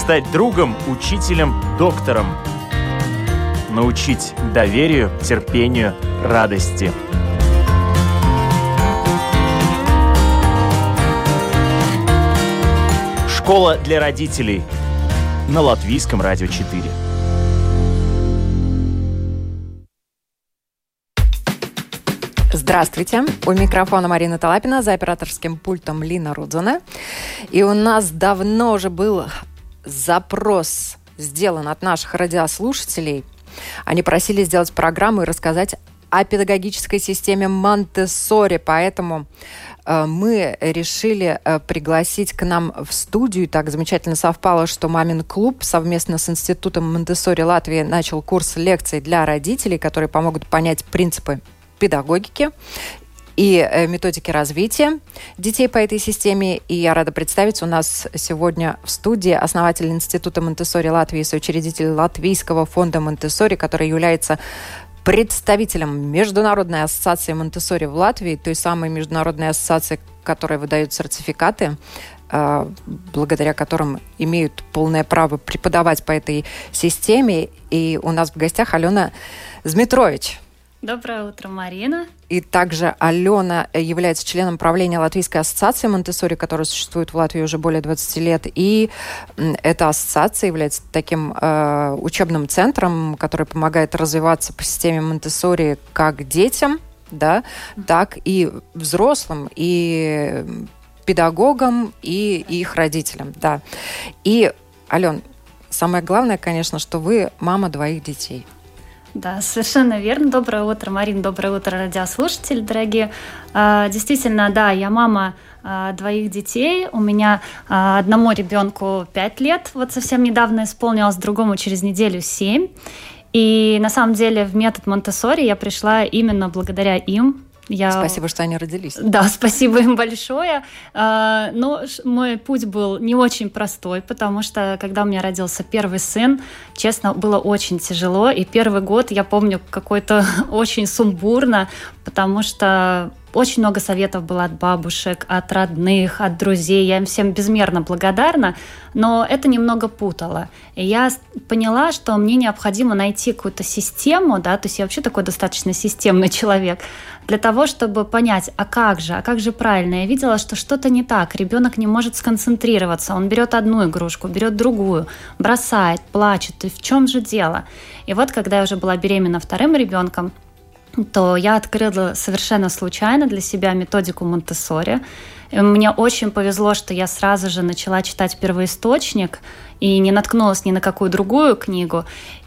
стать другом, учителем, доктором. Научить доверию, терпению, радости. Школа для родителей на Латвийском радио 4. Здравствуйте. У микрофона Марина Талапина, за операторским пультом Лина Рудзона. И у нас давно уже был запрос сделан от наших радиослушателей. Они просили сделать программу и рассказать о педагогической системе Монтессори, поэтому мы решили пригласить к нам в студию. Так замечательно совпало, что «Мамин клуб» совместно с Институтом Монтессори Латвии начал курс лекций для родителей, которые помогут понять принципы педагогики и методики развития детей по этой системе. И я рада представить у нас сегодня в студии основатель Института Монтессори Латвии, соучредитель Латвийского фонда Монтессори, который является представителем Международной ассоциации Монтессори в Латвии, той самой международной ассоциации, которая выдает сертификаты, благодаря которым имеют полное право преподавать по этой системе. И у нас в гостях Алена Змитрович. Доброе утро, Марина. И также Алена является членом правления Латвийской ассоциации Монтессори, которая существует в Латвии уже более 20 лет. И эта ассоциация является таким учебным центром, который помогает развиваться по системе Монтессори как детям, да, так и взрослым, и педагогам, и их родителям. Да. И, Ален, самое главное, конечно, что вы мама 2 детей. Да, совершенно верно. Доброе утро, Марин, доброе утро, радиослушатели дорогие. Действительно, да, я мама 2 детей. У меня одному ребенку 5 лет, вот совсем недавно исполнилось, другому через неделю 7. И на самом деле в метод Монтессори я пришла именно благодаря им. Спасибо, что они родились. Да, спасибо им большое. Но мой путь был не очень простой, потому что, когда у меня родился первый сын, честно, было очень тяжело. И первый год, я помню, какой-то очень сумбурно, потому что очень много советов было от бабушек, от родных, от друзей. Я им всем безмерно благодарна, но это немного путало. И я поняла, что мне необходимо найти какую-то систему, да, то есть я вообще такой достаточно системный человек, для того, чтобы понять, а как же правильно. Я видела, что что-то не так, ребенок не может сконцентрироваться, он берет одну игрушку, берет другую, бросает, плачет, и в чем же дело? И вот, когда я уже была беременна 2-м ребенком, то я открыла совершенно случайно для себя методику Монтессори. Мне очень повезло, что я сразу же начала читать первоисточник и не наткнулась ни на какую другую книгу.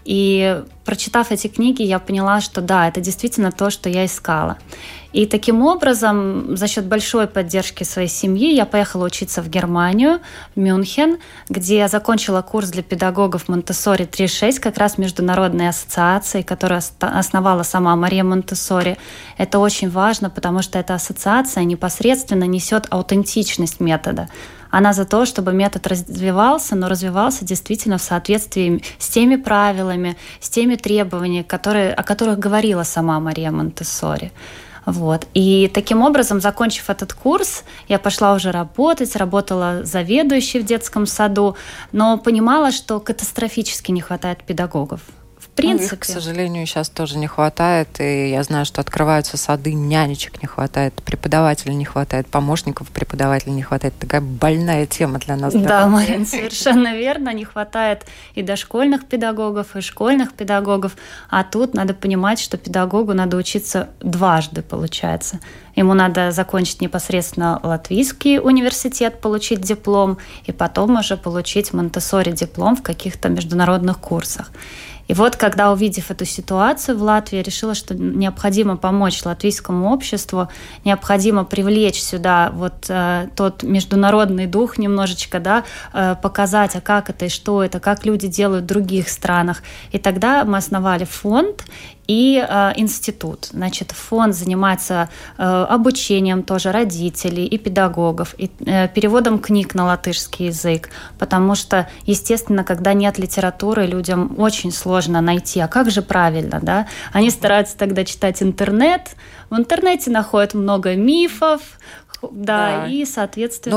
И прочитав эти книги, я поняла, что да, это действительно то, что я искала. И таким образом, за счет большой поддержки своей семьи, я поехала учиться в Германию, в Мюнхен, где я закончила курс для педагогов Монтессори 3.6, как раз международной ассоциации, которую основала сама Мария Монтессори. Это очень важно, потому что эта ассоциация непосредственно несет аутентичность метода. Она за то, чтобы метод развивался, но развивался действительно в соответствии с теми правилами, с теми требованиями, о которых говорила сама Мария Монтессори. Вот. И таким образом, закончив этот курс, я пошла уже работать, работала заведующей в детском саду, но понимала, что катастрофически не хватает педагогов. В принципе. Их, к сожалению, сейчас тоже не хватает, и я знаю, что открываются сады, нянечек не хватает, преподавателей не хватает, помощников преподавателей не хватает. Такая больная тема для нас. Да, Марин, совершенно верно. Не хватает и дошкольных педагогов, и школьных педагогов. А тут надо понимать, что педагогу надо учиться дважды, получается. Ему надо закончить непосредственно Латвийский университет, получить диплом, и потом уже получить Монтессори диплом в каких-то международных курсах. И вот, когда, увидев эту ситуацию в Латвии, я решила, что необходимо помочь латвийскому обществу, необходимо привлечь сюда вот тот международный дух немножечко, да, показать, а как это и что это, как люди делают в других странах. И тогда мы основали фонд и институт. Значит, фонд занимается обучением тоже родителей и педагогов, и переводом книг на латышский язык, потому что, естественно, когда нет литературы, людям очень сложно найти, а как же правильно, да? Они стараются тогда читать интернет, в интернете находят много мифов, Да, и, соответственно...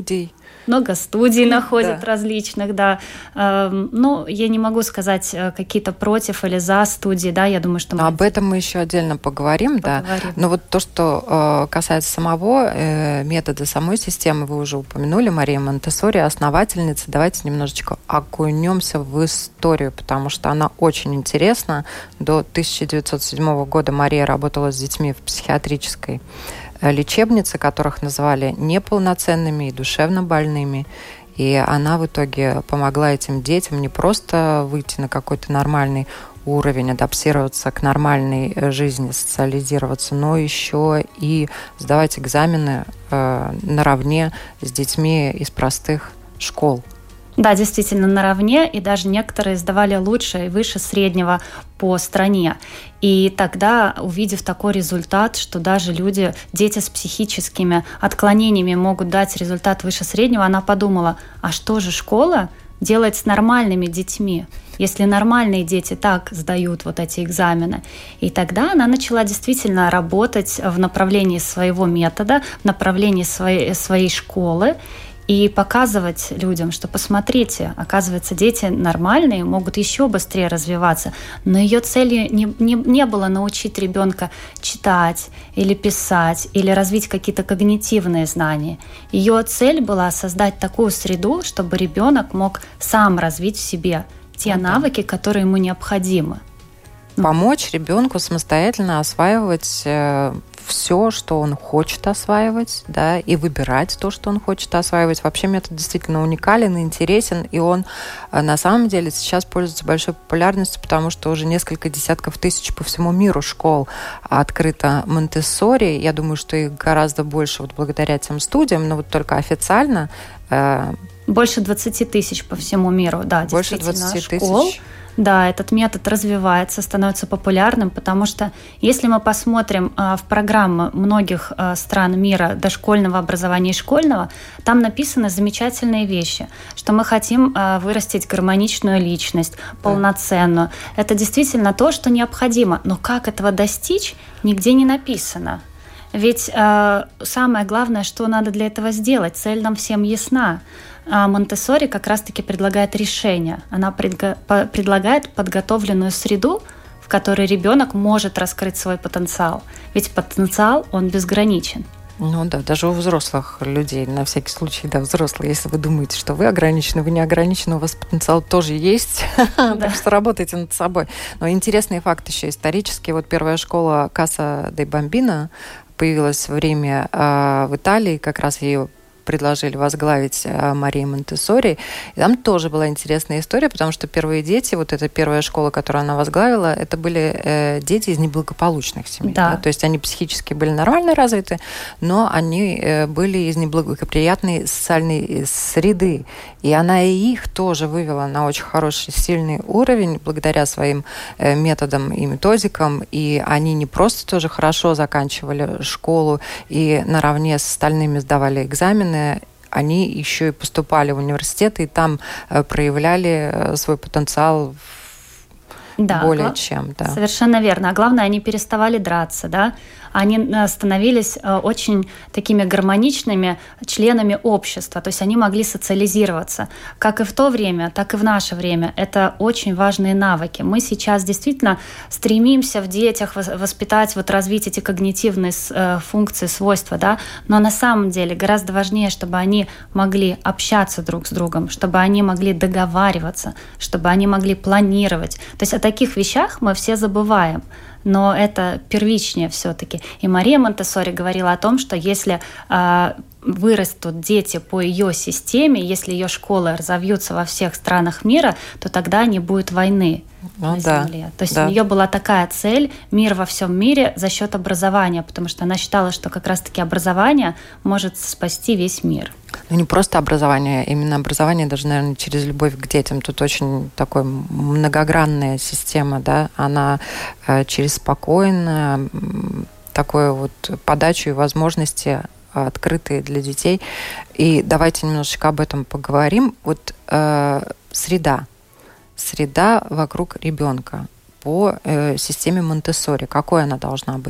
Много студий находят различных, да. Ну, я не могу сказать какие-то против или за студии, да, я думаю, что... Об этом мы еще отдельно поговорим, да. Но вот то, что касается самого метода, самой системы, вы уже упомянули, Мария Монтессори, основательница. Давайте немножечко окунемся в историю, потому что она очень интересна. До 1907 года Мария работала с детьми в психиатрической лечебницы, которых называли неполноценными и душевно больными. И она в итоге помогла этим детям не просто выйти на какой-то нормальный уровень, адаптироваться к нормальной жизни, социализироваться, но еще и сдавать экзамены наравне с детьми из простых школ. Да, действительно, наравне, и даже некоторые сдавали лучше и выше среднего по стране. И тогда, увидев такой результат, что даже дети с психическими отклонениями могут дать результат выше среднего, она подумала, а что же школа делает с нормальными детьми, если нормальные дети так сдают вот эти экзамены? И тогда она начала действительно работать в направлении своего метода, в направлении своей школы, и показывать людям, что посмотрите, оказывается, дети нормальные, могут еще быстрее развиваться. Но ее целью не было научить ребенка читать или писать, или развить какие-то когнитивные знания. Ее цель была создать такую среду, чтобы ребенок мог сам развить в себе те навыки, которые ему необходимы. Помочь ребенку самостоятельно осваивать все, что он хочет осваивать, да, и выбирать то, что он хочет осваивать. Вообще метод действительно уникален и интересен, и он на самом деле сейчас пользуется большой популярностью, потому что уже несколько десятков тысяч по всему миру школ открыто Монтессори. Я думаю, что их гораздо больше вот благодаря тем студиям, но вот только официально... Больше 20 тысяч по всему миру, да, больше действительно, 20 школ. Тысяч. Да, этот метод развивается, становится популярным, потому что если мы посмотрим в программы многих стран мира дошкольного образования и школьного, там написаны замечательные вещи, что мы хотим вырастить гармоничную личность, полноценную. Это действительно то, что необходимо. Но как этого достичь, нигде не написано. Ведь самое главное, что надо для этого сделать, цель нам всем ясна. А Монтессори как раз-таки предлагает решение. Она предлагает подготовленную среду, в которой ребенок может раскрыть свой потенциал. Ведь потенциал, он безграничен. Ну да, даже у взрослых людей, на всякий случай, да, взрослые, если вы думаете, что вы ограничены, вы не ограничены, у вас потенциал тоже есть, так что работайте над собой. Но интересный факт еще исторический. Вот первая школа Каса де Бамбино появилась в Риме, в Италии, как раз ее предложили возглавить Марии Монтессори. И там тоже была интересная история, потому что первые дети, вот эта первая школа, которую она возглавила, это были дети из неблагополучных семей. Да. Да? То есть они психически были нормально развиты, но они были из неблагоприятной социальной среды. И она и их тоже вывела на очень хороший, сильный уровень благодаря своим методам и методикам. И они не просто тоже хорошо заканчивали школу и наравне с остальными сдавали экзамены, они еще и поступали в университеты и там проявляли свой потенциал более чем. Да. Совершенно верно. А главное, они переставали драться, да? Они становились очень такими гармоничными членами общества, то есть они могли социализироваться. Как и в то время, так и в наше время. Это очень важные навыки. Мы сейчас действительно стремимся в детях воспитать, вот развить эти когнитивные функции, свойства, да? Но на самом деле гораздо важнее, чтобы они могли общаться друг с другом, чтобы они могли договариваться, чтобы они могли планировать. То есть о таких вещах мы все забываем. Но это первичнее все-таки. И Мария Монтессори говорила о том, что если вырастут дети по ее системе, если ее школы разовьются во всех странах мира, то тогда не будет войны на Земле. То есть у нее была такая цель – мир во всем мире за счет образования, потому что она считала, что как раз-таки образование может спасти весь мир. Ну, не просто образование, именно образование даже, наверное, через любовь к детям. Тут очень такая многогранная система, да, она через спокойную такую вот подачу и возможности открытые для детей. И давайте немножечко об этом поговорим. Вот среда вокруг ребенка по системе Монтессори, какой она должна быть?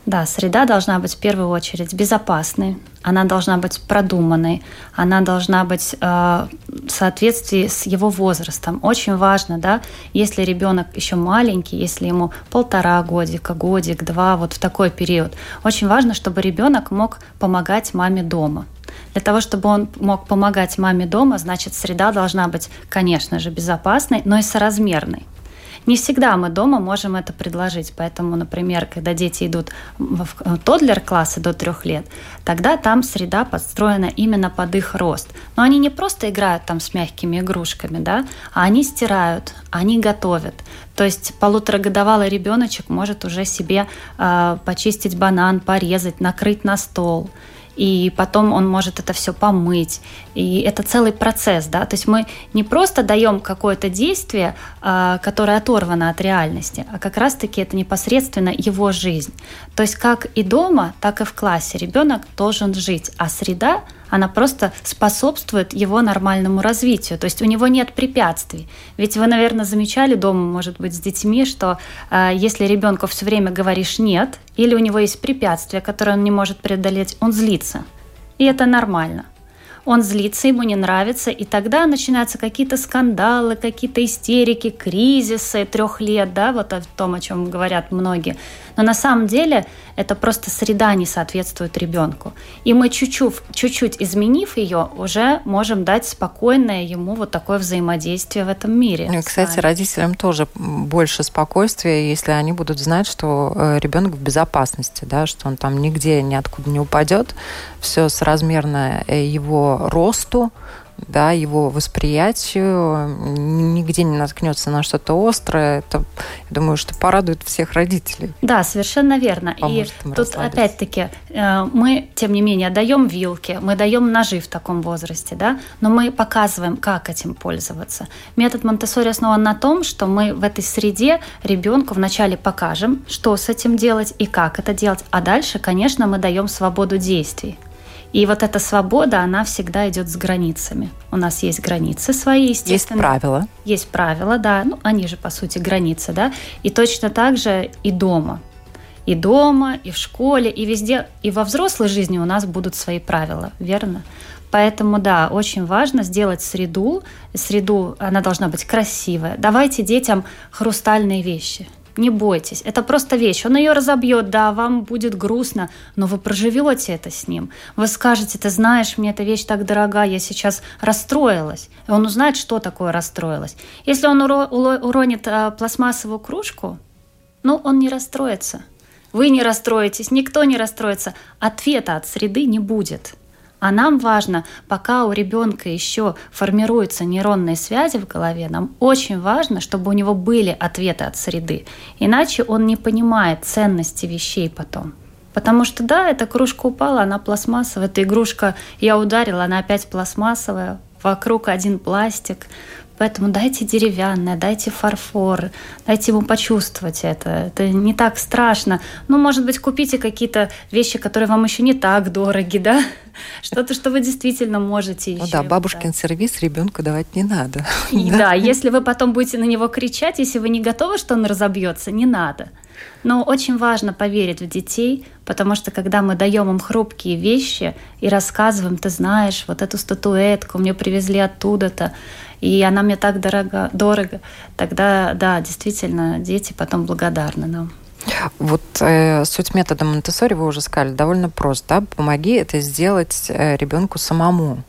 Да, среда должна быть в первую очередь безопасной, она должна быть продуманной, она должна быть в соответствии с его возрастом. Очень важно, да, если ребенок еще маленький, если ему 1,5 годика, годик, 2, вот в такой период, очень важно, чтобы ребенок мог помогать маме дома. Для того, чтобы он мог помогать маме дома, значит, среда должна быть, конечно же, безопасной, но и соразмерной. Не всегда мы дома можем это предложить. Поэтому, например, когда дети идут в тоддлер-классы до 3 лет, тогда там среда подстроена именно под их рост. Но они не просто играют там с мягкими игрушками, да, а они стирают, они готовят. То есть 1,5-годовалый ребеночек может уже себе почистить банан, порезать, накрыть на стол. И потом он может это все помыть. И это целый процесс, да. То есть мы не просто даем какое-то действие, которое оторвано от реальности, а как раз-таки это непосредственно его жизнь. То есть как и дома, так и в классе ребенок должен жить, а среда, она просто способствует его нормальному развитию. То есть у него нет препятствий. Ведь вы, наверное, замечали дома, может быть, с детьми, что если ребенку все время говоришь «нет», или у него есть препятствие, которое он не может преодолеть, он злится. И это нормально. Он злится, ему не нравится, и тогда начинаются какие-то скандалы, какие-то истерики, кризисы 3 лет, да, вот о том, о чем говорят многие. Но на самом деле это просто среда не соответствует ребенку. И мы чуть-чуть изменив ее, уже можем дать спокойное ему вот такое взаимодействие в этом мире. Ну и, кстати, родителям тоже больше спокойствия, если они будут знать, что ребенок в безопасности, да, что он там нигде ниоткуда не упадет, все соразмерно его росту, да, его восприятию, нигде не наткнется на что-то острое. Это, я думаю, что порадует всех родителей. Да, совершенно верно. Поможет и тут опять-таки мы, тем не менее, даем вилки, мы даем ножи в таком возрасте, да, но мы показываем, как этим пользоваться. Метод Монтессори основан на том, что мы в этой среде ребенку вначале покажем, что с этим делать и как это делать, а дальше, конечно, мы даем свободу действий. И вот эта свобода, она всегда идет с границами. У нас есть границы свои, естественно. Есть правила. Есть правила, да. Ну, они же, по сути, границы, да. И точно так же и дома. И дома, и в школе, и везде. И во взрослой жизни у нас будут свои правила, верно? Поэтому, да, очень важно сделать среду. Среду, она должна быть красивая. Давайте детям хрустальные вещи. Не бойтесь, это просто вещь. Он ее разобьет, да, вам будет грустно, но вы проживете это с ним. Вы скажете: ты знаешь, мне эта вещь так дорога, я сейчас расстроилась. И он узнает, что такое расстроилась. Если он уронит пластмассовую кружку, ну, он не расстроится. Вы не расстроитесь, никто не расстроится. Ответа от среды не будет. А нам важно, пока у ребенка еще формируются нейронные связи в голове, нам очень важно, чтобы у него были ответы от среды. Иначе он не понимает ценности вещей потом. Потому что, да, эта кружка упала, она пластмассовая, эта игрушка я ударила, она опять пластмассовая, вокруг один пластик. Поэтому дайте деревянное, дайте фарфор, дайте ему почувствовать это. Это не так страшно. Ну, может быть, купите какие-то вещи, которые вам еще не так дороги, да? Что-то, что вы действительно можете еще. Ну да, бабушкин сервиз ребенку давать не надо. Да, если вы потом будете на него кричать, если вы не готовы, что он разобьется, не надо. Но очень важно поверить в детей, потому что когда мы даем им хрупкие вещи и рассказываем: ты знаешь, вот эту статуэтку мне привезли оттуда-то, и она мне так дорого, тогда, да, действительно, дети потом благодарны нам. Вот суть метода Монтессори, вы уже сказали, довольно прост, да? Помоги это сделать ребенку самому,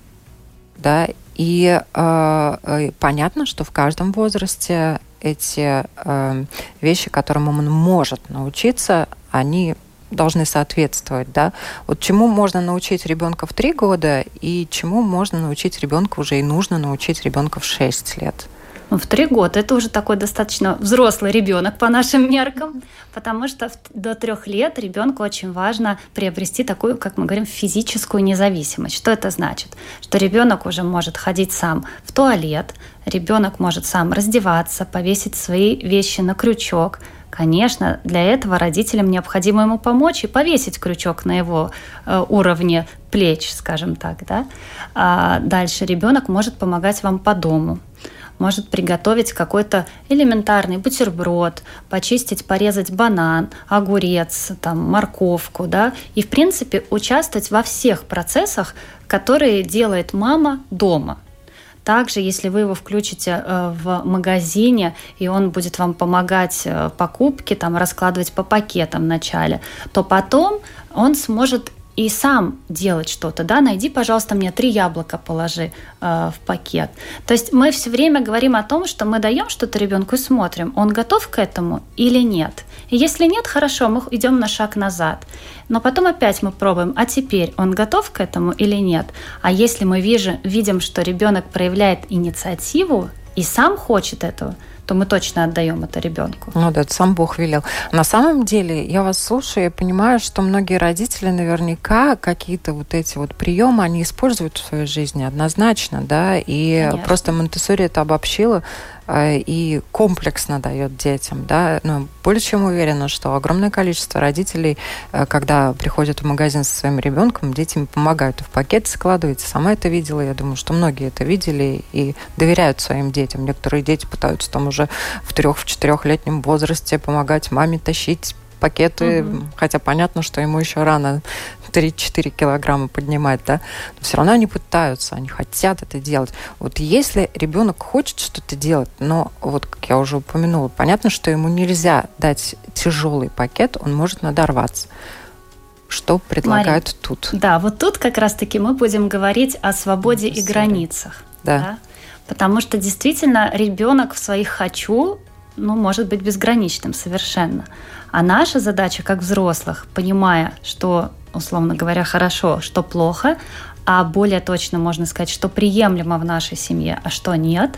да? И понятно, что в каждом возрасте эти вещи, которым он может научиться, они должны соответствовать, да? Вот чему можно научить ребенка в 3 года и чему можно научить ребенка уже и нужно научить ребенка в 6 лет? В 3 года это уже такой достаточно взрослый ребенок по нашим меркам, потому что до 3 лет ребенку очень важно приобрести такую, как мы говорим, физическую независимость. Что это значит? Что ребенок уже может ходить сам в туалет, ребенок может сам раздеваться, повесить свои вещи на крючок. Конечно, для этого родителям необходимо ему помочь и повесить крючок на его уровне плеч, скажем так, да? А дальше ребенок может помогать вам по дому. может приготовить какой-то элементарный бутерброд, почистить, порезать банан, огурец, там, морковку, да, и, в принципе, участвовать во всех процессах, которые делает мама дома. Также, если вы его включите в магазине, и он будет вам помогать покупки, там, раскладывать по пакетам вначале, то потом он сможет и сам делать что-то, да, найди, пожалуйста, мне 3 яблока положи в пакет. То есть мы все время говорим о том, что мы даем что-то ребенку и смотрим, он готов к этому или нет. И если нет, хорошо, мы идем на шаг назад. Но потом опять мы пробуем, а теперь он готов к этому или нет. А если мы видим, что ребенок проявляет инициативу и сам хочет этого, то мы точно отдаем это ребенку. Ну да, это сам Бог велел. На самом деле, я вас слушаю и понимаю, что многие родители наверняка какие-то вот эти вот приемы, они используют в своей жизни однозначно, да, и Конечно. Просто Монтессори это обобщила и комплексно дает детям, да. Но более чем уверена, что огромное количество родителей, когда приходят в магазин со своим ребенком, детям помогают и в пакет складывать. Сама это видела, я думаю, что многие это видели и доверяют своим детям. Некоторые дети пытаются там уже в 3-4-летнем возрасте помогать маме тащить пакеты, хотя понятно, что ему еще рано 3-4 килограмма поднимать, да, но все равно они пытаются, они хотят это делать. Вот если ребенок хочет что-то делать, но вот, как я уже упомянула, понятно, что ему нельзя дать тяжелый пакет, он может надорваться. Что предлагают Марин, тут? Да, вот тут как раз-таки мы будем говорить о свободе и границах. Да. Потому что действительно ребенок в своих «хочу» может быть безграничным совершенно. А наша задача, как взрослых, понимая, что, условно говоря, хорошо, что плохо, а более точно можно сказать, что приемлемо в нашей семье, а что нет,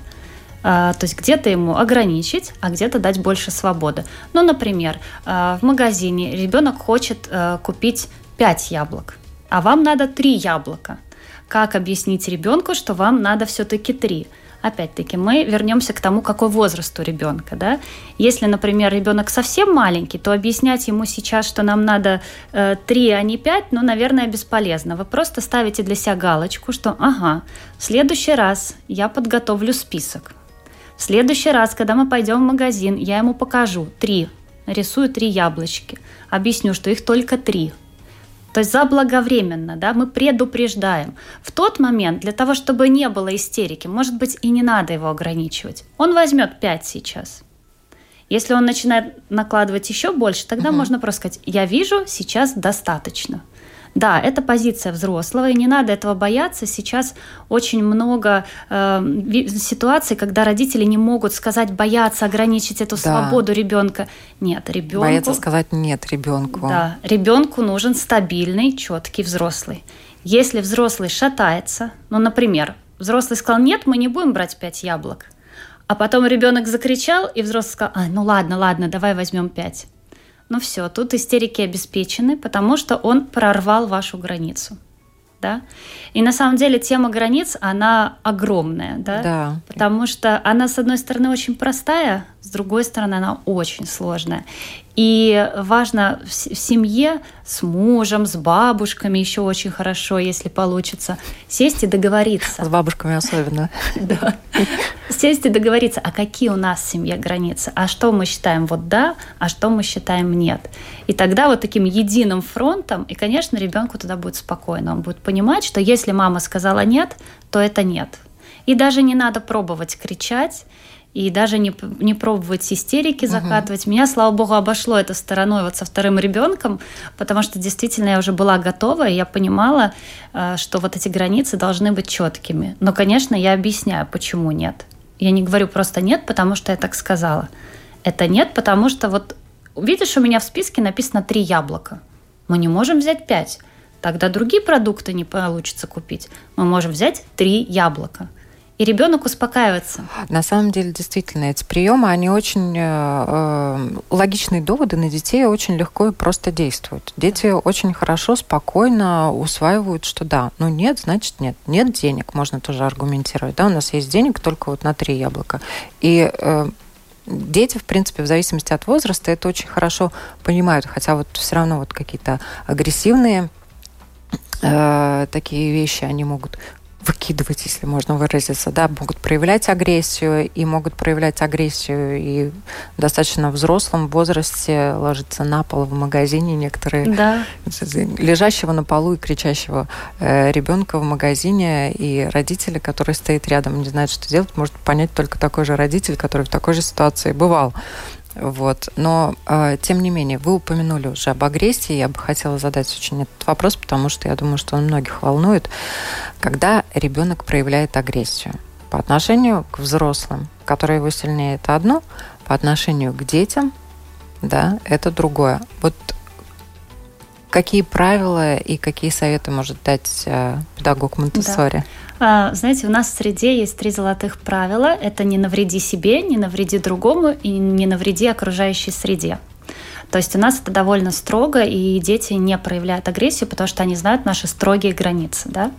то есть где-то ему ограничить, а где-то дать больше свободы. Ну, например, в магазине ребенок хочет купить 5 яблок, а вам надо 3 яблока. Как объяснить ребенку, что вам надо все-таки 3? Опять-таки, мы вернемся к тому, какой возраст у ребенка. Да? Если, например, ребенок совсем маленький, то объяснять ему сейчас, что нам надо 3, а не 5, наверное, бесполезно. Вы просто ставите для себя галочку, что ага, в следующий раз я подготовлю список. В следующий раз, когда мы пойдем в магазин, я ему покажу 3, нарисую 3 яблочки, объясню, что их только 3. То есть заблаговременно, да, мы предупреждаем. В тот момент, для того, чтобы не было истерики, может быть, и не надо его ограничивать. Он возьмет 5 сейчас. Если он начинает накладывать еще больше, тогда можно просто сказать, я вижу, сейчас достаточно. Да, это позиция взрослого, и не надо этого бояться. Сейчас очень много ситуаций, когда родители не могут сказать, боятся ограничить эту свободу ребенка. Нет, ребенку... Боятся сказать нет ребенку. Да, ребенку нужен стабильный, четкий взрослый. Если взрослый шатается, например, взрослый сказал, нет, мы не будем брать 5 яблок, а потом ребенок закричал, и взрослый сказал, ладно, давай возьмем 5. Все, тут истерики обеспечены, потому что он прорвал вашу границу. Да? И на самом деле тема границ, она огромная, да? Потому что она, с одной стороны, очень простая, с другой стороны, она очень сложная. И важно в семье с мужем, с бабушками еще очень хорошо, если получится, сесть и договориться. С бабушками особенно. Да. Сесть и договориться, а какие у нас в семье границы, а что мы считаем да, а что мы считаем нет. И тогда вот таким единым фронтом, и, конечно, ребенку тогда будет спокойно, он будет понимать, что если мама сказала нет, то это нет. И даже не надо пробовать кричать, и даже не пробовать истерики закатывать. Меня, слава богу, обошло это стороной со вторым ребенком, потому что действительно я уже была готова, и я понимала, что вот эти границы должны быть четкими. Но, конечно, я объясняю, почему нет. Я не говорю просто нет, потому что я так сказала. Это нет, потому что видишь, у меня в списке написано 3 яблока. Мы не можем взять 5. Тогда другие продукты не получится купить. Мы можем взять 3 яблока. И ребенок успокаивается. На самом деле, действительно, эти приемы, они очень логичные доводы на детей очень легко и просто действуют. Дети очень хорошо, спокойно усваивают, что да, нет, значит нет. Нет денег, можно тоже аргументировать. Да, у нас есть денег только на 3 яблока. И дети, в принципе, в зависимости от возраста, это очень хорошо понимают. Хотя все равно какие-то агрессивные такие вещи они могут выкидывать, если можно выразиться, да, могут проявлять агрессию и в достаточно взрослом возрасте ложиться на пол в магазине. Некоторые лежащего на полу и кричащего ребенка в магазине, и родители, которые стоят рядом, не знают, что делать, может понять только такой же родитель, который в такой же ситуации бывал. Вот. Но, тем не менее, вы упомянули уже об агрессии. Я бы хотела задать очень этот вопрос, потому что я думаю, что он многих волнует. Когда ребенок проявляет агрессию по отношению к взрослым, которые его сильнее, это одно, по отношению к детям, да, это другое. Вот какие правила и какие советы может дать педагог Монтессори? Да. Знаете, у нас в среде есть 3 золотых правила. Это не навреди себе, не навреди другому и не навреди окружающей среде. То есть у нас это довольно строго, и дети не проявляют агрессию, потому что они знают наши строгие границы. Да?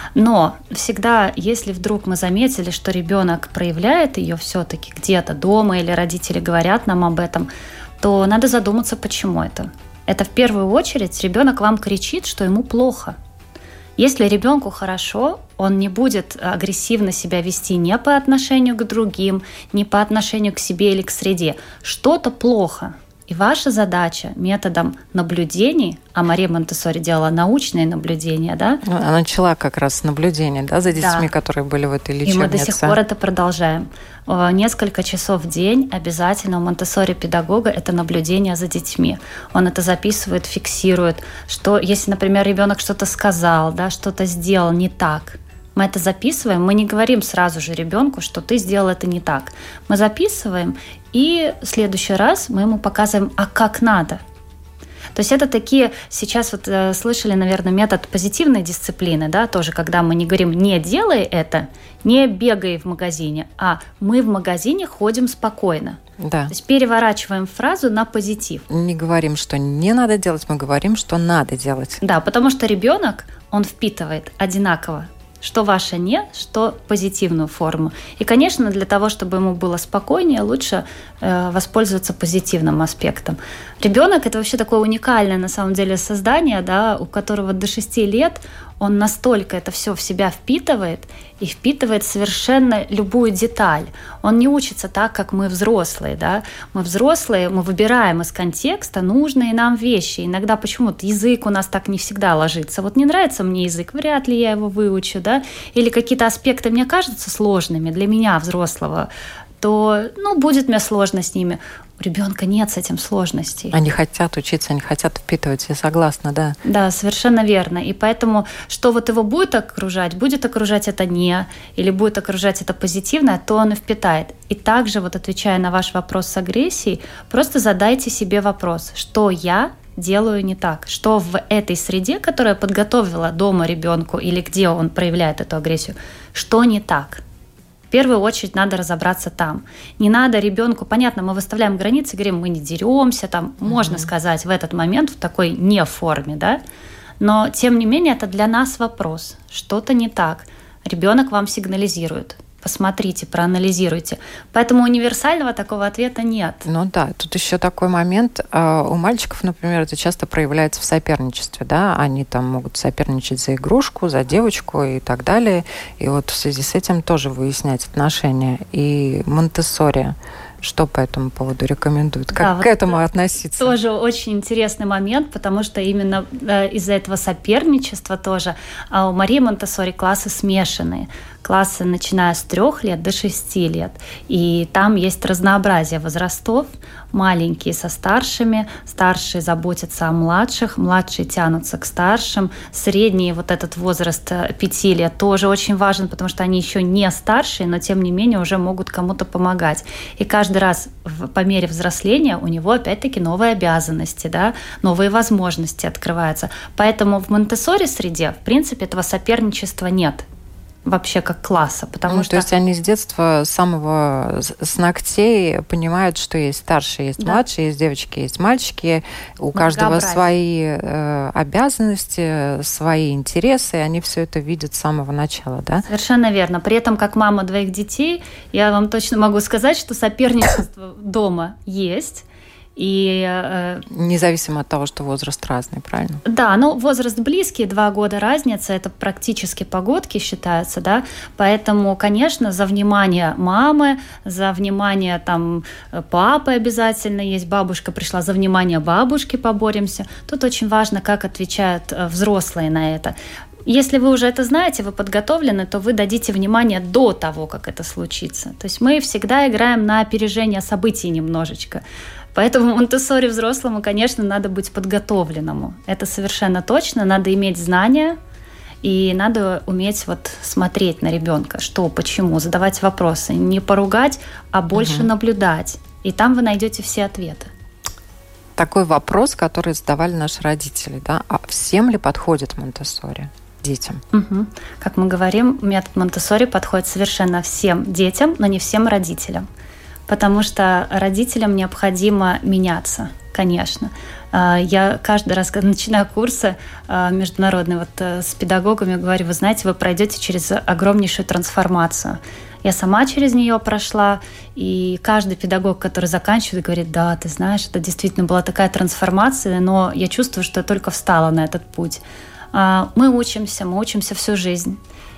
Но всегда, если вдруг мы заметили, что ребенок проявляет ее все-таки где-то дома, или родители говорят нам об этом, то надо задуматься, почему это. Это в первую очередь ребенок вам кричит, что ему плохо. Если ребенку хорошо, он не будет агрессивно себя вести ни по отношению к другим, ни по отношению к себе или к среде. Что-то плохо. И ваша задача методом наблюдений, а Мария Монтессори делала научные наблюдения, да? Она начала как раз наблюдение, да, за детьми, которые были в этой лечебнице. И мы до сих пор это продолжаем. Несколько часов в день обязательно у Монтессори-педагога это наблюдение за детьми. Он это записывает, фиксирует, что если, например, ребенок что-то сказал, да, что-то сделал не так, мы это записываем, мы не говорим сразу же ребенку, что ты сделал это не так. Мы записываем, и в следующий раз мы ему показываем, а как надо. То есть это такие, сейчас вот слышали, наверное, метод позитивной дисциплины, да, тоже, когда мы не говорим «не делай это», не бегай в магазине, а мы в магазине ходим спокойно. Да. То есть переворачиваем фразу на позитив. Не говорим, что не надо делать, мы говорим, что надо делать. Да, потому что ребенок, он впитывает одинаково что ваше «не», что позитивную форму. И, конечно, для того, чтобы ему было спокойнее, лучше воспользоваться позитивным аспектом. Ребенок – это вообще такое уникальное, на самом деле, создание, да, у которого до 6 лет он настолько это все в себя впитывает и впитывает совершенно любую деталь. Он не учится так, как мы взрослые. Да? Мы взрослые, мы выбираем из контекста нужные нам вещи. Иногда почему-то язык у нас так не всегда ложится. Вот не нравится мне язык, вряд ли я его выучу. Да? Или какие-то аспекты мне кажутся сложными для меня, взрослого, то будет мне сложно с ними. У ребенка нет с этим сложностей. Они хотят учиться, они хотят впитывать, я согласна, да. Да, совершенно верно. И поэтому, что вот его будет окружать это «не», или будет окружать это позитивное, то он и впитает. И также, вот отвечая на ваш вопрос с агрессией, просто задайте себе вопрос, что я делаю не так, что в этой среде, которую я подготовила дома ребенку или где он проявляет эту агрессию, что не так. В первую очередь надо разобраться там. Не надо ребенку, понятно, мы выставляем границы, говорим, мы не деремся, там, можно сказать в этот момент в такой не форме, да, но тем не менее это для нас вопрос, что-то не так. Ребенок вам сигнализирует. Посмотрите, проанализируйте. Поэтому универсального такого ответа нет. Ну да, тут еще такой момент. У мальчиков, например, это часто проявляется в соперничестве, да, они там могут соперничать за игрушку, за девочку и так далее. И вот в связи с этим тоже выяснять отношения. И Монтессори что по этому поводу рекомендует? Как к этому относиться? Тоже очень интересный момент, потому что именно из-за этого соперничества тоже у Марии Монтессори классы смешанные. Классы, начиная с 3 лет до 6 лет. И там есть разнообразие возрастов. Маленькие со старшими, старшие заботятся о младших, младшие тянутся к старшим. Средний вот этот возраст 5 лет тоже очень важен, потому что они еще не старшие, но тем не менее уже могут кому-то помогать. И каждый раз по мере взросления у него опять-таки новые обязанности, да, новые возможности открываются. Поэтому в Монтессори среде, в принципе, этого соперничества нет. Вообще как класса, потому что... То есть они с детства, с ногтей понимают, что есть старшие, есть младшие, есть девочки, есть мальчики, у каждого свои обязанности, свои интересы, и они все это видят с самого начала, да? Совершенно верно. При этом, как мама 2 детей, я вам точно могу сказать, что соперничество дома есть. И, независимо от того, что возраст разный, правильно? Да, ну возраст близкий, 2 года разница, это практически погодки считаются, да, поэтому, конечно, за внимание мамы, за внимание там папы обязательно есть, бабушка пришла, за внимание бабушки поборемся. Тут очень важно, как отвечают взрослые на это. Если вы уже это знаете, вы подготовлены, то вы дадите внимание до того, как это случится. То есть мы всегда играем на опережение событий немножечко. Поэтому Монтессори взрослому, конечно, надо быть подготовленному. Это совершенно точно. Надо иметь знания и надо уметь вот смотреть на ребенка, что, почему, задавать вопросы. Не поругать, а больше наблюдать. И там вы найдете все ответы. Такой вопрос, который задавали наши родители, да? А всем ли подходит Монтессори детям? Как мы говорим, метод Монтессори подходит совершенно всем детям, но не всем родителям. Потому что родителям необходимо меняться, конечно. Я каждый раз, когда начинаю курсы международные вот с педагогами, говорю, вы знаете, вы пройдете через огромнейшую трансформацию. Я сама через нее прошла, и каждый педагог, который заканчивает, говорит, да, ты знаешь, это действительно была такая трансформация, но я чувствую, что я только встала на этот путь. Мы учимся всю жизнь.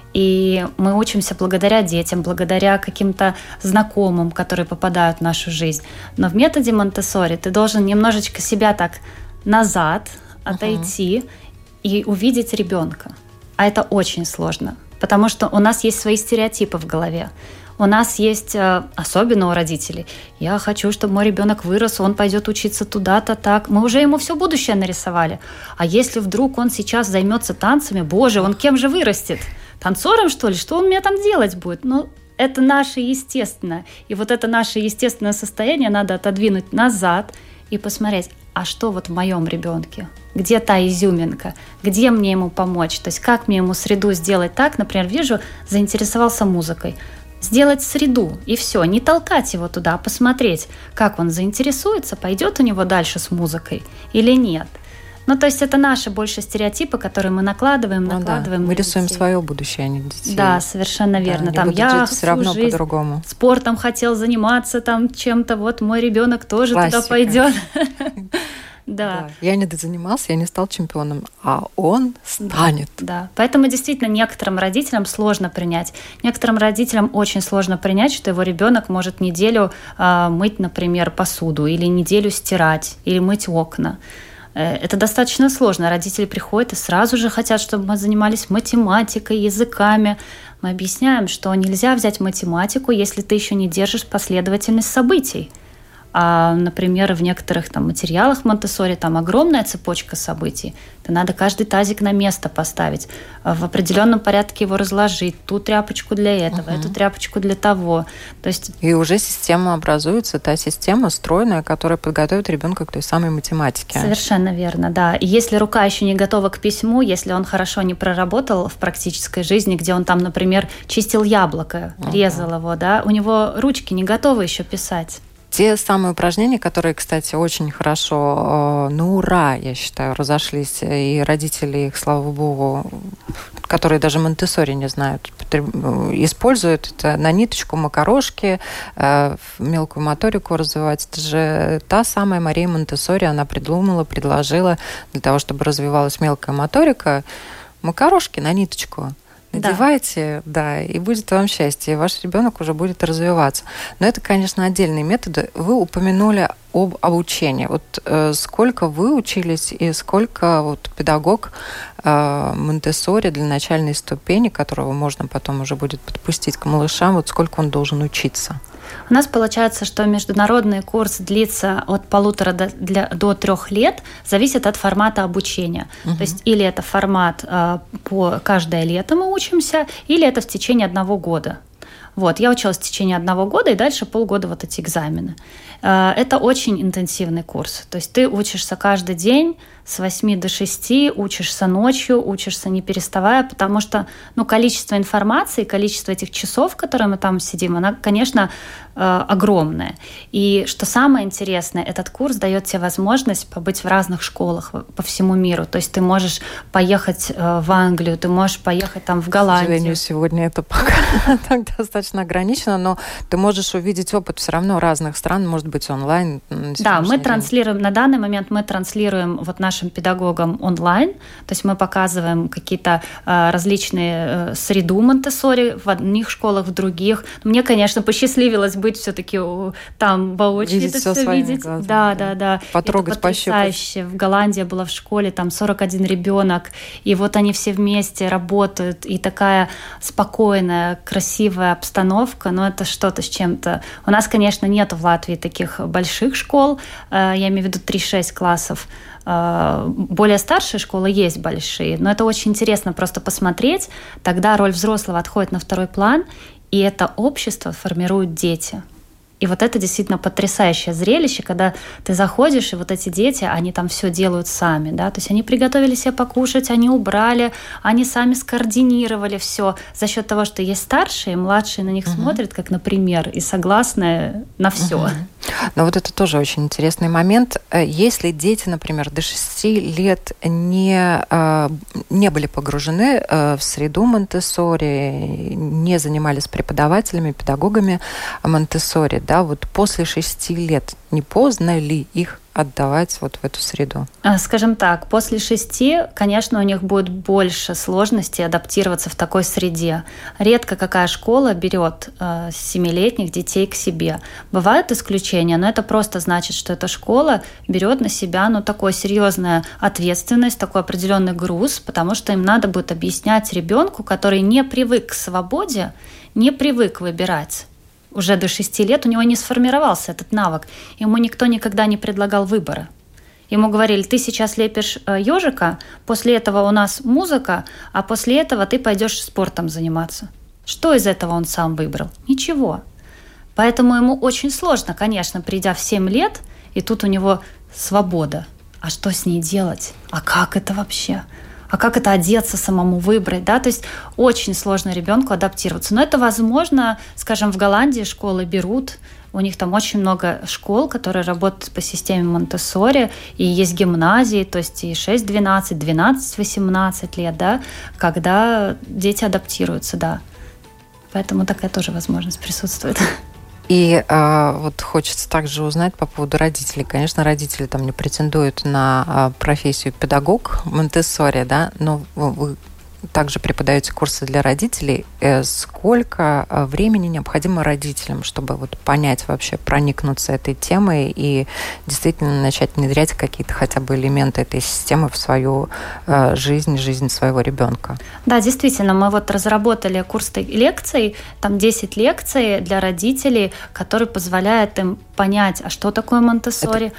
И мы учимся благодаря детям, благодаря каким-то знакомым, которые попадают в нашу жизнь. Но в методе Монтессори ты должен немножечко себя так назад отойти и увидеть ребенка. А это очень сложно, потому что у нас есть свои стереотипы в голове. У нас есть, особенно у родителей, я хочу, чтобы мой ребенок вырос, он пойдет учиться туда-то, так. Мы уже ему все будущее нарисовали. А если вдруг он сейчас займется танцами, боже, он кем же вырастет? Танцором, что ли? Что он мне там делать будет? Ну, это наше естественное. И вот это наше естественное состояние надо отодвинуть назад и посмотреть, а что вот в моем ребенке? Где та изюминка? Где мне ему помочь? То есть как мне ему среду сделать так? Например, вижу, заинтересовался музыкой. Сделать среду, и все. Не толкать его туда, а посмотреть, как он заинтересуется, пойдет у него дальше с музыкой или нет. Ну, то есть это наши больше стереотипы, которые мы накладываем. Да. Мы рисуем свое будущее, а не детей. Да, совершенно верно. Да, там я все равно по-другому. Спортом хотел заниматься, там чем-то, вот мой ребенок тоже туда пойдет. Да. Я не дозанимался, я не стал чемпионом, а он станет. Да. Поэтому действительно некоторым родителям сложно принять. Некоторым родителям очень сложно принять, что его ребенок может неделю мыть, например, посуду, или неделю стирать, или мыть окна. Это достаточно сложно. Родители приходят и сразу же хотят, чтобы мы занимались математикой, языками. Мы объясняем, что нельзя взять математику, если ты еще не держишь последовательность событий. А, например, в некоторых там материалах Монтессори там огромная цепочка событий. Это надо каждый тазик на место поставить, в определенном порядке его разложить. Ту тряпочку для этого, эту тряпочку для того. То есть... И уже система образуется, та система стройная, которая подготовит ребенка к той самой математике. Совершенно верно, да. И если рука еще не готова к письму, если он хорошо не проработал в практической жизни, где он там, например, чистил яблоко, резал его, да, у него ручки не готовы еще писать. Те самые упражнения, которые, кстати, очень хорошо, на ура, я считаю, разошлись, и родители их, слава богу, которые даже Монтессори не знают, используют это на ниточку, макарошки, мелкую моторику развивать. Это же та самая Мария Монтессори, она придумала, предложила для того, чтобы развивалась мелкая моторика, макарошки на ниточку. Надевайте, да, и будет вам счастье, и ваш ребенок уже будет развиваться. Но это, конечно, отдельные методы. Вы упомянули об обучении. Вот сколько вы учились и сколько вот педагог Монтессори для начальной ступени, которого можно потом уже будет подпустить к малышам, вот сколько он должен учиться? У нас получается, что международный курс длится от 1,5 до 3 лет, зависит от формата обучения. То есть или это формат по каждое лето мы учимся, или это в течение 1 года. Вот, я училась в течение 1 года, и дальше полгода вот эти экзамены. Это очень интенсивный курс. То есть ты учишься каждый день с 8 до 6, учишься ночью, учишься не переставая, потому что количество информации, количество этих часов, которые мы там сидим, оно, конечно, огромное. И что самое интересное, этот курс дает тебе возможность побыть в разных школах по всему миру. То есть ты можешь поехать в Англию, ты можешь поехать там в Голландию. К сожалению, сегодня это пока так достаточно достаточно ограничено, но ты можешь увидеть опыт все равно разных стран, может быть, онлайн. Да, мы транслируем, на данный момент мы транслируем вот нашим педагогам онлайн, то есть мы показываем какие-то различные среду Монтессори в одних школах, в других. Мне, конечно, посчастливилось быть все-таки там воочию, видеть это все видеть. Глазами, да. Потрогать, это потрясающе. В Голландии я была в школе, там 41 ребенок, и вот они все вместе работают, и такая спокойная, красивая обстановка, но это что-то с чем-то. У нас, конечно, нет в Латвии таких больших школ, я имею в виду 3-6 классов. Более старшие школы есть большие, но это очень интересно просто посмотреть. Тогда роль взрослого отходит на второй план, и это общество формируют дети. И вот это действительно потрясающее зрелище, когда ты заходишь, и вот эти дети, они там все делают сами, да, то есть они приготовили себе покушать, они убрали, они сами скоординировали все за счет того, что есть старшие, и младшие на них смотрят, как на пример, и согласны на все. Но вот это тоже очень интересный момент. Если дети, например, до 6 лет не были погружены в среду Монтессори, не занимались преподавателями, педагогами Монтессори, да, вот после 6 лет не поздно ли их отдавать вот в эту среду? Скажем так, после 6, конечно, у них будет больше сложностей адаптироваться в такой среде. Редко какая школа берет 7-летних детей к себе. Бывают исключения, но это просто значит, что эта школа берет на себя такую серьезную ответственность, такой определенный груз, потому что им надо будет объяснять ребенку, который не привык к свободе, не привык выбирать. Уже до 6 лет у него не сформировался этот навык. Ему никто никогда не предлагал выбора. Ему говорили: ты сейчас лепишь ежика, после этого у нас музыка, а после этого ты пойдешь спортом заниматься. Что из этого он сам выбрал? Ничего. Поэтому ему очень сложно, конечно, придя в 7 лет, и тут у него свобода. А что с ней делать? А как это вообще? А как это одеться самому, выбрать, да? То есть очень сложно ребенку адаптироваться. Но это возможно, скажем, в Голландии школы берут, у них там очень много школ, которые работают по системе Монтессори, и есть гимназии, то есть и 6-12, 12-18 лет, да, когда дети адаптируются, да. Поэтому такая тоже возможность присутствует. И вот хочется также узнать по поводу родителей. Конечно, родители там не претендуют на профессию педагог Монтессори, да, но вы также преподаете курсы для родителей. Сколько времени необходимо родителям, чтобы вот понять вообще, проникнуться этой темой и действительно начать внедрять какие-то хотя бы элементы этой системы в свою жизнь своего ребенка? Да, действительно, мы вот разработали курс лекций, там 10 лекций для родителей, который позволяет им понять, а что такое Монтессори.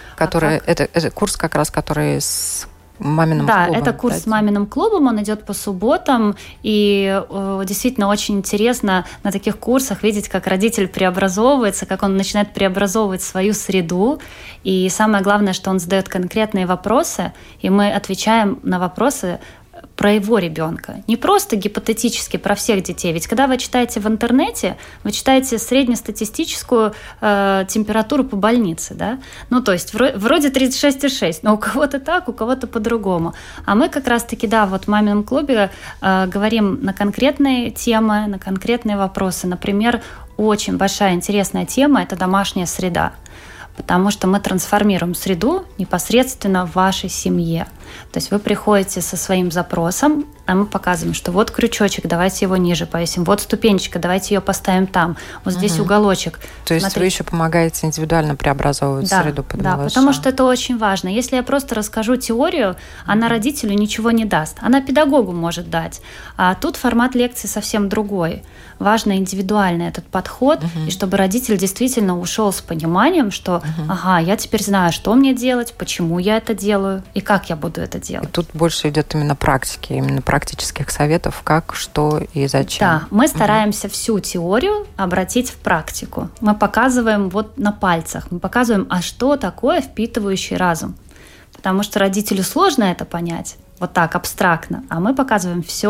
Это курс как раз, который с маминым клубом. Да, это курс с маминым клубом, он идет по субботам, и действительно очень интересно на таких курсах видеть, как родитель преобразовывается, как он начинает преобразовывать свою среду, и самое главное, что он задает конкретные вопросы, и мы отвечаем на вопросы про его ребенка. Не просто гипотетически про всех детей. Ведь когда вы читаете в интернете, вы читаете среднестатистическую температуру по больнице. Да? То есть вроде 36,6, но у кого-то так, у кого-то по-другому. А мы как раз-таки, вот в мамином клубе говорим на конкретные темы, на конкретные вопросы. Например, очень большая интересная тема – это домашняя среда. Потому что мы трансформируем среду непосредственно в вашей семье. То есть вы приходите со своим запросом, а мы показываем, что вот крючочек, давайте его ниже повесим, вот ступенечка, давайте ее поставим там, вот здесь уголочек. То есть вы еще помогаете индивидуально преобразовывать среду под малыша. Да, потому что это очень важно. Если я просто расскажу теорию, она родителю ничего не даст. Она педагогу может дать. А тут формат лекции совсем другой. Важно индивидуальный этот подход, и чтобы родитель действительно ушел с пониманием, что я теперь знаю, что мне делать, почему я это делаю и как я буду это делать. И тут больше идет именно практики, именно практических советов, как, что и зачем. Да, мы стараемся всю теорию обратить в практику. Мы показываем вот на пальцах, мы показываем, а что такое впитывающий разум. Потому что родителю сложно это понять, вот так, абстрактно, а мы показываем все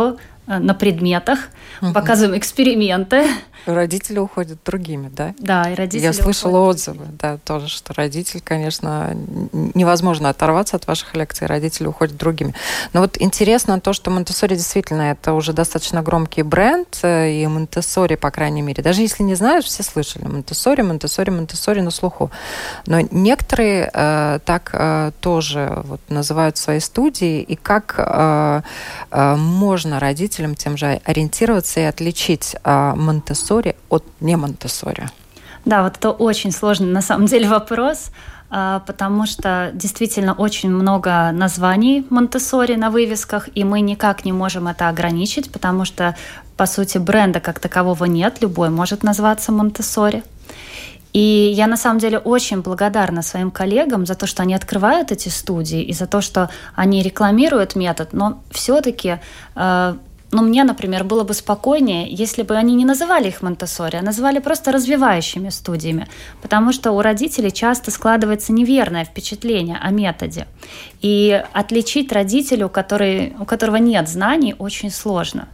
на предметах, показываем эксперименты. Родители уходят другими, да? Да, и родители. Я слышала отзывы, да, тоже, что родитель, конечно, невозможно оторваться от ваших лекций, родители уходят другими. Но вот интересно то, что Монтессори действительно это уже достаточно громкий бренд, и Монтессори, по крайней мере, даже если не знаешь, все слышали Монтессори на слуху. Но некоторые так тоже вот называют свои студии, и как можно родителям тем же ориентироваться и отличить Монтессори от не Монтессори? Да, вот это очень сложный на самом деле вопрос, потому что действительно очень много названий Монтессори на вывесках, и мы никак не можем это ограничить, потому что, по сути, бренда как такового нет, любой может назваться Монтессори. И я на самом деле очень благодарна своим коллегам за то, что они открывают эти студии и за то, что они рекламируют метод, но все-таки мне, например, было бы спокойнее, если бы они не называли их Монтессори, а называли просто развивающими студиями, потому что у родителей часто складывается неверное впечатление о методе. И отличить родителя, у которого нет знаний, очень сложно.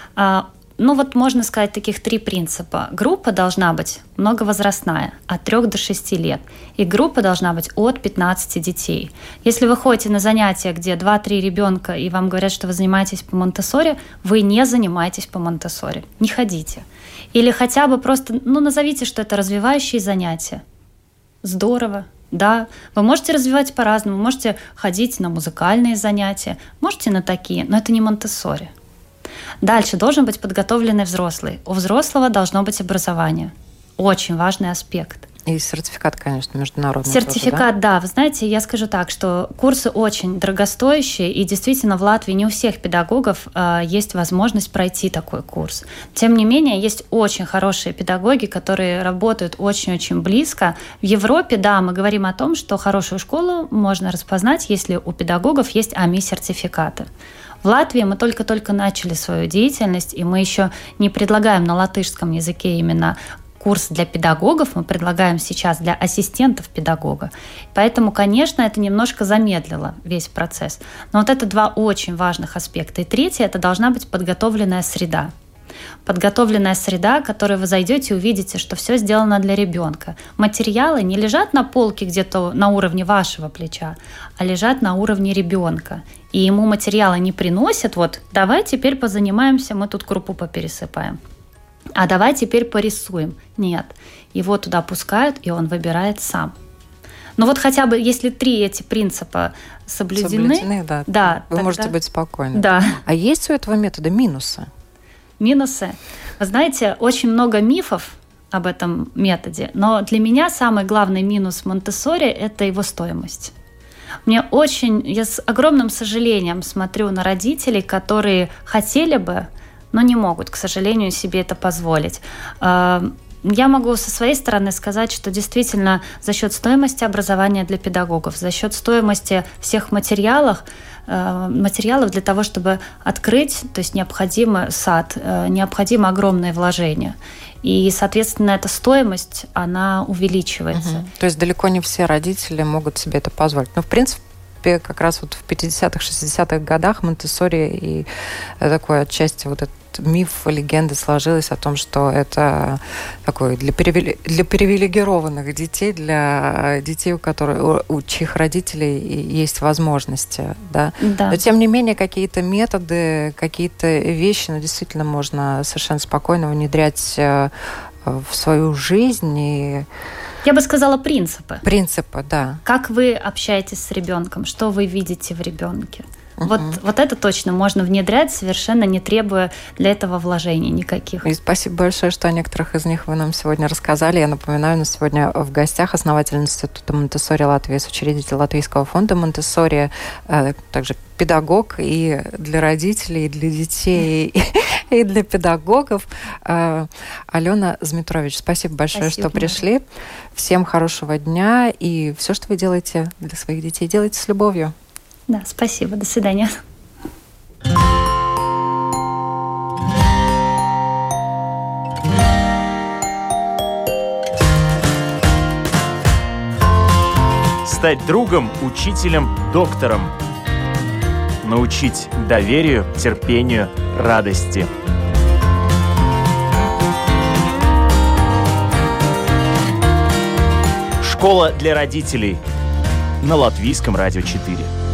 Можно сказать таких 3 принципа. Группа должна быть многовозрастная, от 3 до 6 лет. И группа должна быть от 15 детей. Если вы ходите на занятия, где 2-3 ребенка, и вам говорят, что вы занимаетесь по Монтессори, вы не занимаетесь по Монтессори. Не ходите. Или хотя бы просто, назовите, что это развивающие занятия. Здорово. Да, вы можете развивать по-разному. Вы можете ходить на музыкальные занятия, можете на такие, но это не Монтессори. Дальше должен быть подготовленный взрослый. У взрослого должно быть образование. Очень важный аспект. И сертификат, конечно, международный. Сертификат, тоже, да? Да. Вы знаете, я скажу так, что курсы очень дорогостоящие, и действительно в Латвии не у всех педагогов есть возможность пройти такой курс. Тем не менее, есть очень хорошие педагоги, которые работают очень-очень близко. В Европе, да, мы говорим о том, что хорошую школу можно распознать, если у педагогов есть АМИ-сертификаты. В Латвии мы только-только начали свою деятельность, и мы еще не предлагаем на латышском языке именно курс для педагогов, мы предлагаем сейчас для ассистентов педагога. Поэтому, конечно, это немножко замедлило весь процесс. Но вот это 2 очень важных аспекта. И 3 – это должна быть подготовленная среда. Подготовленная среда, в которой вы зайдете и увидите, что все сделано для ребенка. Материалы не лежат на полке где-то на уровне вашего плеча, а лежат на уровне ребенка. И ему материалы не приносят, давай теперь позанимаемся, мы тут крупу попересыпаем. А давай теперь порисуем. Нет. Его туда пускают, и он выбирает сам. Но хотя бы, если 3 эти принципа соблюдены, да, вы можете быть спокойны. Да. А есть у этого метода минусы? Минусы. Вы знаете, очень много мифов об этом методе, но для меня самый главный минус Монтессори – это его стоимость. Я с огромным сожалением смотрю на родителей, которые хотели бы, но не могут, к сожалению, себе это позволить. Я могу со своей стороны сказать, что действительно за счет стоимости образования для педагогов, за счет стоимости всех материалов для того, чтобы открыть, то есть необходимый сад, необходимо огромное вложение. И, соответственно, эта стоимость, она увеличивается. То есть далеко не все родители могут себе это позволить. Но, в принципе, как раз в 50-х, 60-х годах Монтессори и такой отчасти этот миф, легенда сложилась о том, что это такой для привилегированных детей, для детей, у чьих родителей есть возможности. Да? Да. Но, тем не менее, какие-то методы, какие-то вещи, действительно можно совершенно спокойно внедрять в свою жизнь. И... Я бы сказала принципы. Принципы, да. Как вы общаетесь с ребенком, что вы видите в ребенке. Вот это точно можно внедрять, совершенно не требуя для этого вложений никаких. И спасибо большое, что о некоторых из них вы нам сегодня рассказали. Я напоминаю, у нас сегодня в гостях основатель Института Монтессори Латвии, учредитель Латвийского фонда Монтессори, также педагог и для родителей, и для детей, и для педагогов. Алена Змитрович, спасибо большое, что пришли. Всем хорошего дня, и все, что вы делаете для своих детей, делайте с любовью. Да, спасибо. До свидания. Стать другом, учителем, доктором. научить доверию, терпению, радости. Школа для родителей на Латвийском радио 4.